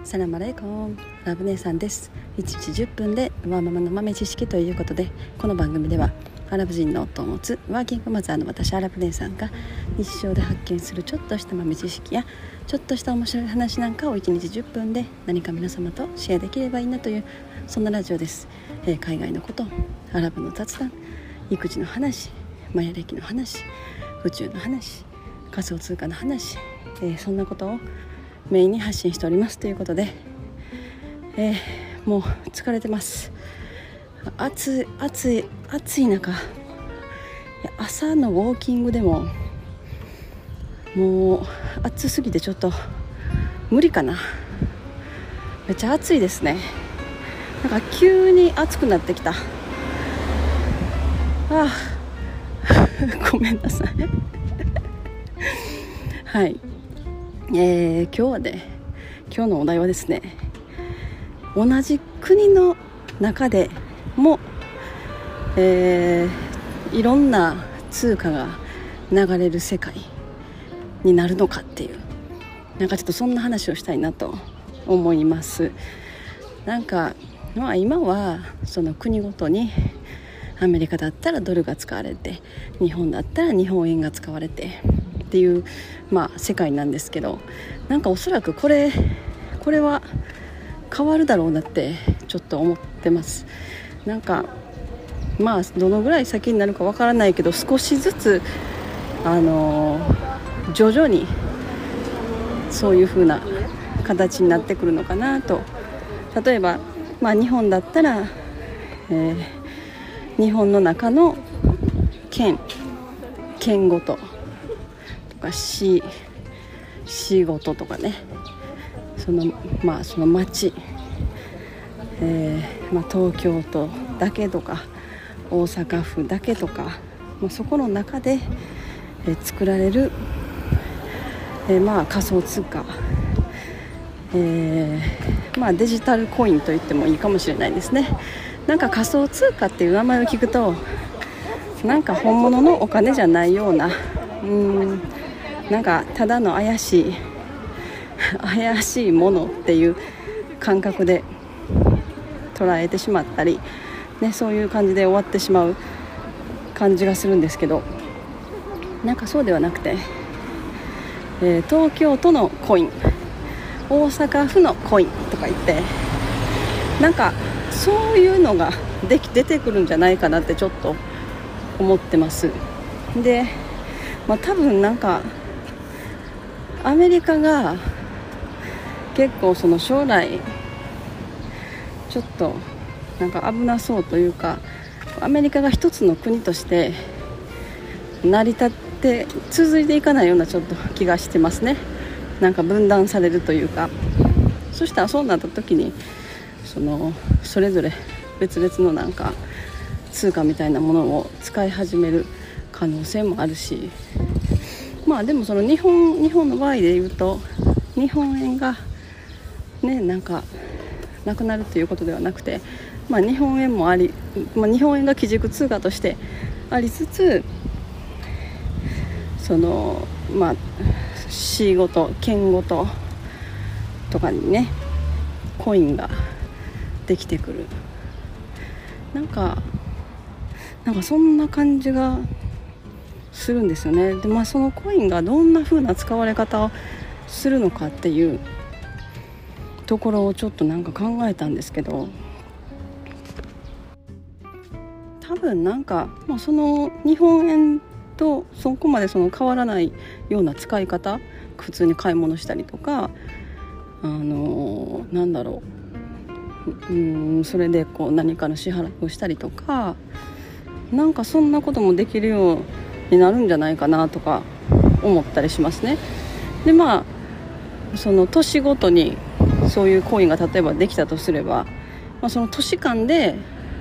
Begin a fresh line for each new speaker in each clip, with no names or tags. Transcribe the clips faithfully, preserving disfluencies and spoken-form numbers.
サラマレイコン、ラブ姉さんです。いちにちじゅっぷんでワーママの豆知識ということで、この番組ではアラブ人の夫を持つワーキングマザーの私アラブ姉さんが日常で発見するちょっとした豆知識やちょっとした面白い話なんかをいちにちじゅっぷんで何か皆様とシェアできればいいなという、そんなラジオです。えー、海外のこと、アラブの雑談、育児の話、マヤ歴の話、宇宙の話、仮想通貨の話、えー、そんなことをメインに発信しておりますということで、えー、もう疲れてます。暑い暑い暑い中、いや朝のウォーキングでももう暑すぎてちょっと無理かな。めっちゃ暑いですね。なんか急に暑くなってきた。ああごめんなさいはい、えー、今日はね今日のお題はですね、同じ国の中でも、えー、いろんな通貨が流れる世界になるのかっていう、なんかちょっとそんな話をしたいなと思います。なんか、まあ、今はその国ごとにアメリカだったらドルが使われて、日本だったら日本円が使われてっていう、まあ、世界なんですけど、なんかおそらくこれこれは変わるだろうなってちょっと思ってます。なんかまあどのぐらい先になるかわからないけど、少しずつあのー、徐々にそういう風な形になってくるのかなと。例えば、まあ、日本だったら、えー、日本の中の県県ごととか市市ごととかね、そのまあその町、えーまあ、東京都だけとか大阪府だけとか、まあ、そこの中で、えー、作られる、えーまあ、仮想通貨、えーまあ、デジタルコインと言ってもいいかもしれないですね。なんか仮想通貨っていう名前を聞くと、なんか本物のお金じゃないような、うーんなんかただの怪しい怪しいものっていう感覚で捉えてしまったり、ね、そういう感じで終わってしまう感じがするんですけど、なんかそうではなくて、えー、東京都のコイン、大阪府のコインとか言って、なんかそういうのができ出てくるんじゃないかなってちょっと思ってます。で、まあ、多分なんかアメリカが結構その将来ちょっとなんか危なそうというか、アメリカが一つの国として成り立って続いていかないようなちょっと気がしてますね。なんか分断されるというか、そしたらそうなった時にそのそれぞれ別々のなんか通貨みたいなものを使い始める可能性もあるし、まあでもその日本日本の場合で言うと、日本円がねなんかなくなるということではなくて、まあ、日本円もあり、まあ、日本円が基軸通貨としてありつつ、そのまあ市ごと県ごととかにねコインができてくる、なんかなんかそんな感じがするんですよね。で、まあ、そのコインがどんな風な使われ方をするのかっていうところをちょっとなんか考えたんですけど、多分なんか、まあ、その日本円とそこまでその変わらないような使い方、普通に買い物したりとか、あのー、なんだろう、うーんそれでこう何かの支払いをしたりとか、なんかそんなこともできるようになるんじゃないかなとか思ったりしますね。で、まあその都市ごとにそういうコインが例えばできたとすれば、まあ、その都市間で、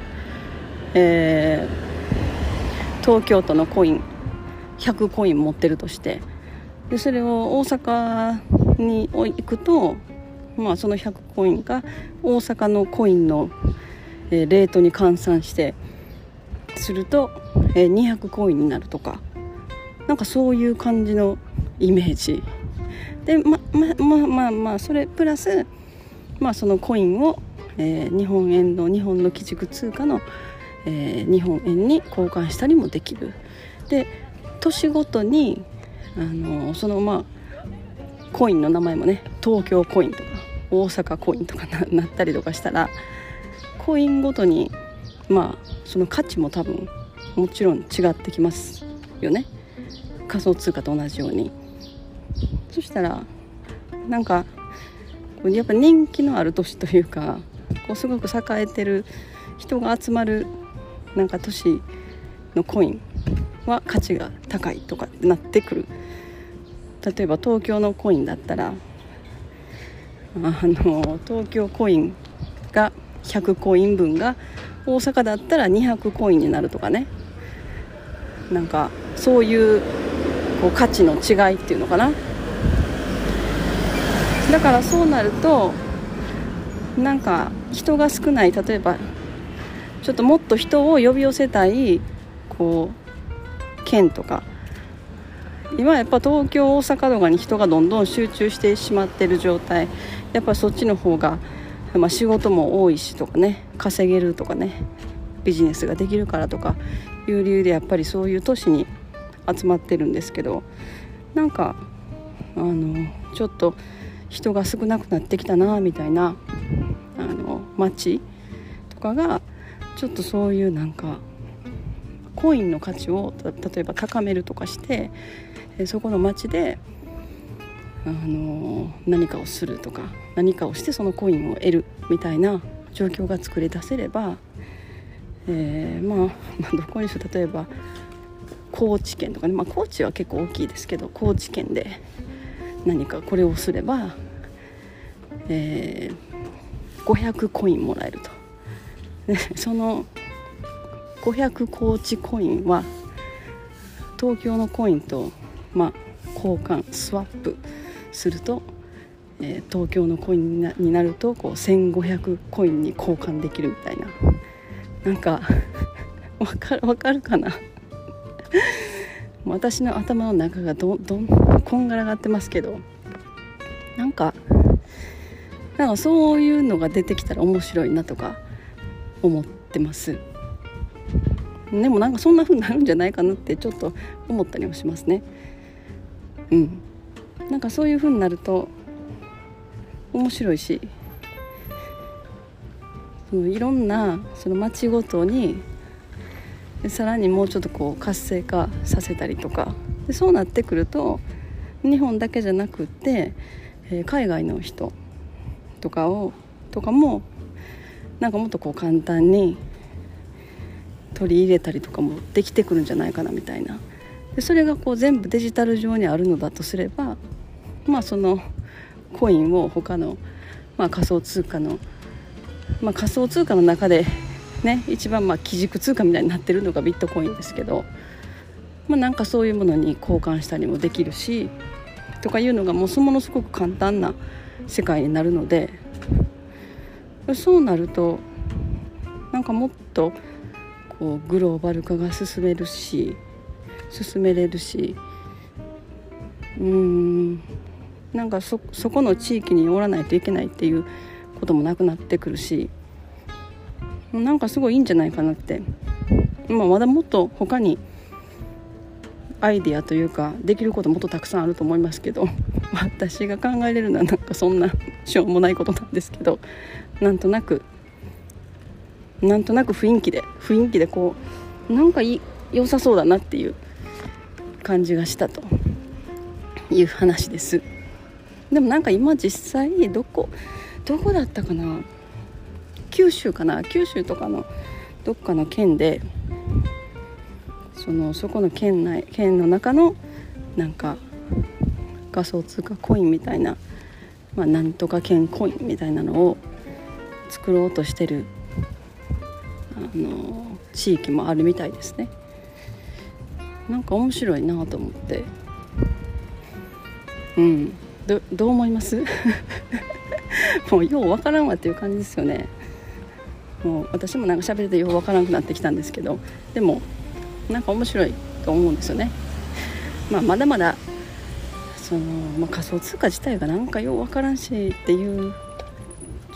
えー、東京都のコインひゃくコイン持ってるとして、でそれを大阪に行くと、まあ、そのひゃくコインが大阪のコインの、えー、レートに換算してすると、えー、にひゃくコインになるとか、なんかそういう感じのイメージで、まままままあそれプラス、 まあ、そのコインを、えー、日本円の日本の基軸通貨の、えー、日本円に交換したりもできる。で年ごとにあのそのまあコインの名前もね、東京コインとか大阪コインとか な, なったりとかしたら、コインごとにまあその価値も多分もちろん違ってきますよね、仮想通貨と同じように。そしたらなんかやっぱ人気のある都市というか、こうすごく栄えてる人が集まるなんか都市のコインは価値が高いとかってなってくる。例えば東京のコインだったら、あの東京コインがひゃくコイン分が大阪だったらにひゃくコインになるとかね、なんかそういう、こう価値の違いっていうのかな。だからそうなるとなんか人が少ない、例えばちょっともっと人を呼び寄せたいこう県とか、今やっぱ東京大阪とかに人がどんどん集中してしまっている状態、やっぱそっちの方が、まあ、仕事も多いしとかね、稼げるとかね、ビジネスができるからとかいう理由でやっぱりそういう都市に集まってるんですけど、なんかあのちょっと人が少なくなってきたなみたいなあの街とかがちょっとそういうなんかコインの価値を例えば高めるとかして、そこの街であの何かをするとか何かをしてそのコインを得るみたいな状況が作り出せれば、えーまあ、まあどこにしろ例えば高知県とかね、まあ、高知は結構大きいですけど、高知県で何かこれをすれば、えー、ごひゃくコインもらえると。でそのごひゃく高知コインは東京のコインと、まあ、交換スワップすると、えー、東京のコインになるとこうせんごひゃくコインに交換できるみたいな、なんかわかるわかるかな私の頭の中がどんどんこんがらがってますけど、なんかなんかそういうのが出てきたら面白いなとか思ってます。でもなんかそんな風になるんじゃないかなってちょっと思ったりもしますね。うん、なんかそういう風になると面白いし、そのいろんなその街ごとにさらにもうちょっとこう活性化させたりとかで、そうなってくると日本だけじゃなくって、えー、海外の人とかをとかもなんかもっとこう簡単に取り入れたりとかもできてくるんじゃないかなみたいな。でそれがこう全部デジタル上にあるのだとすれば、まあそのコインを他の、まあ、仮想通貨の、まあ、仮想通貨の中でね一番まあ基軸通貨みたいになってるのがビットコインですけど、まあ、なんかそういうものに交換したりもできるしとかいうのがもうものすごく簡単な世界になるので、そうなるとなんかもっとこうグローバル化が進めるし進めれるし、うーんなんか そ, そこの地域におらないといけないっていうこともなくなってくるし、なんかすごいいいんじゃないかなって、まあ、まだもっと他にアイディアというかできることもっとたくさんあると思いますけど、私が考えれるのはなんかそんなしょうもないことなんですけど、なんとなくなんとなく雰囲気で雰囲気でこうなんかいい良さそうだなっていう感じがしたという話です。でもなんか今実際どこどこだったかな、九州かな、九州とかのどっかの県でそのそこの県内県の中のなんか仮想通貨コインみたいな、まあ、なんとか県コインみたいなのを作ろうとしてるあの地域もあるみたいですね。なんか面白いなと思って、うん、ど, どう思いますもうようわからんわっていう感じですよね。もう私もなんか喋れてようわからなくなってきたんですけど、でもなんか面白いと思うんですよね。まあ、まだまだその、まあ、仮想通貨自体がなんかようわからんしっていう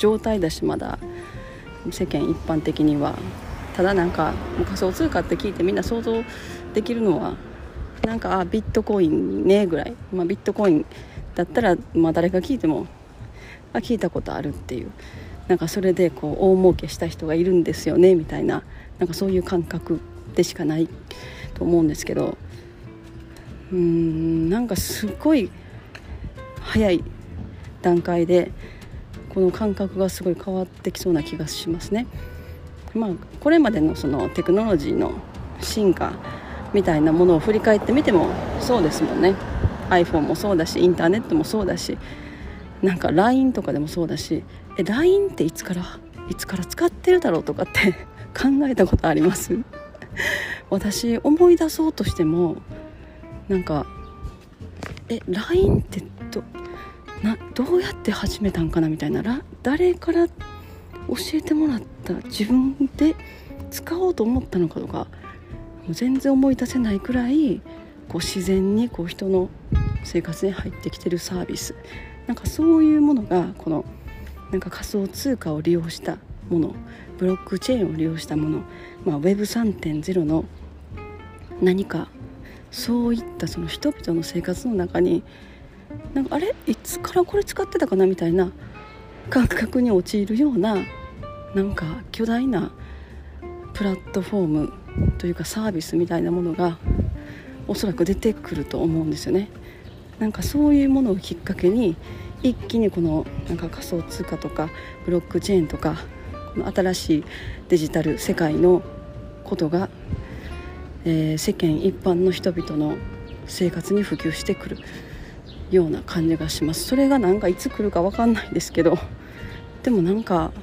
状態だし、まだ世間一般的には。ただなんか仮想通貨って聞いてみんな想像できるのはなんかあビットコインねぐらい、まあ、ビットコインだったら、まあ、誰が聞いてもあ聞いたことあるっていう、なんかそれでこう大儲けした人がいるんですよねみたいな、なんかそういう感覚でしかないと思うんですけど、うーんなんかすごい早い段階でこの感覚がすごい変わってきそうな気がしますね。まあ、これまでのそのテクノロジーの進化みたいなものを振り返ってみてもそうですもんね。 iPhone もそうだし、インターネットもそうだし、なんか ライン とかでもそうだし、え ライン っていつからいつから使ってるだろうとかって考えたことあります私思い出そうとしてもなんかえ ライン ってどなどうやって始めたんかなみたいな、ら誰から教えてもらった、自分で使おうと思ったのかとかもう全然思い出せないくらいこう自然にこう人の生活に入ってきてるサービス、なんかそういうものがこのなんか仮想通貨を利用したもの、ブロックチェーンを利用したもの、まあ、ウェブさんてんゼロ の何かそういったその人々の生活の中になんかあれいつからこれ使ってたかなみたいな感覚に陥るような、なんか巨大なプラットフォームというかサービスみたいなものがおそらく出てくると思うんですよね。なんかそういうものをきっかけに一気にこのなんか仮想通貨とかブロックチェーンとかこの新しいデジタル世界のことが、えー、世間一般の人々の生活に普及してくるような感じがします。それがなんかいつ来るか分かんないですけど、でもなんか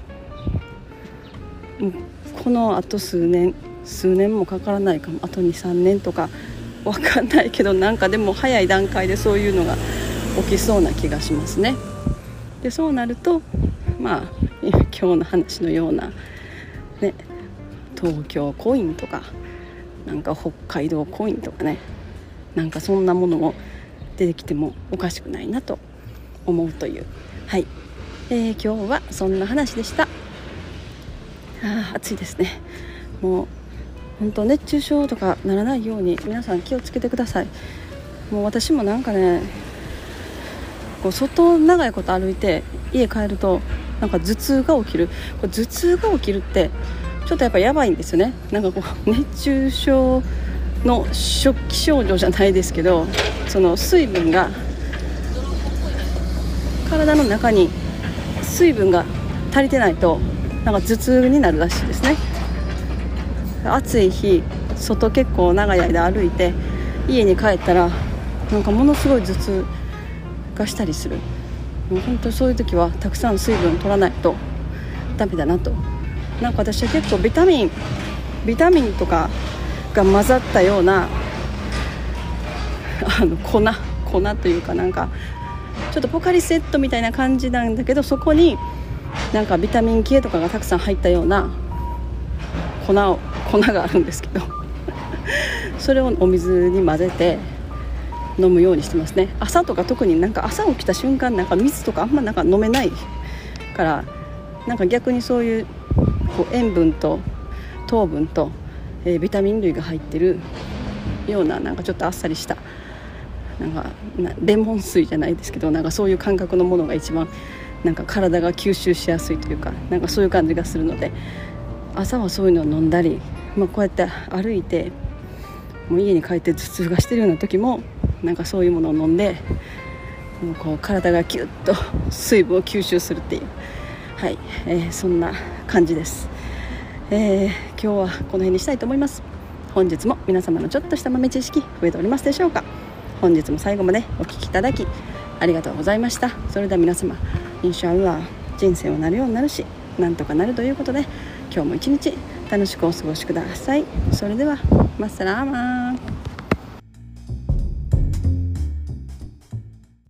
このあと数年数年もかからないかも、あと にさんねんとか分かんないけど、なんかでも早い段階でそういうのが起きそうな気がしますね。でそうなるとまあ今日の話のようなね、東京コインとかなんか北海道コインとかね、なんかそんなものも出てきてもおかしくないなと思うという、はい、えー、今日はそんな話でした。あ暑いですね。もう本当熱中症とかならないように皆さん気をつけてください。もう私もなんかねこう外長いこと歩いて家帰るとなんか頭痛が起きる。これ頭痛が起きるってちょっとやっぱやばいんですよね。なんかこう熱中症の初期症状じゃないですけど、その水分が体の中に水分が足りてないとなんか頭痛になるらしいですね。暑い日外結構長い間歩いて家に帰ったらなんかものすごい頭痛がしたりする。もう本当にそういう時はたくさん水分取らないとダメだなと。なんか私は結構ビタミンビタミンとかが混ざったようなあの粉粉というかなんかちょっとポカリセットみたいな感じなんだけど、そこになんかビタミン系とかがたくさん入ったような粉を粉があるんですけどそれをお水に混ぜて飲むようにしてますね。朝とか特になんか朝起きた瞬間なんか水とかあんまなんか飲めないから、なんか逆にそういう、こう塩分と糖分と、えー、ビタミン類が入ってるようななんかちょっとあっさりしたなんかなレモン水じゃないですけど、なんかそういう感覚のものが一番なんか体が吸収しやすいというか、なんかそういう感じがするので、朝はそういうのを飲んだり、まあ、こうやって歩いてもう家に帰って頭痛がしてるような時もなんかそういうものを飲んで、もうこう体がキュッと水分を吸収するっていう、はい、えー、そんな感じです。えー、今日はこの辺にしたいと思います。本日も皆様のちょっとした豆知識増えておりますでしょうか。本日も最後までお聞きいただきありがとうございました。それでは皆様、インシャアラー人生はなるようになるしなんとかなるということで、今日も一日楽しくお過ごしください。それではマッサラーマー。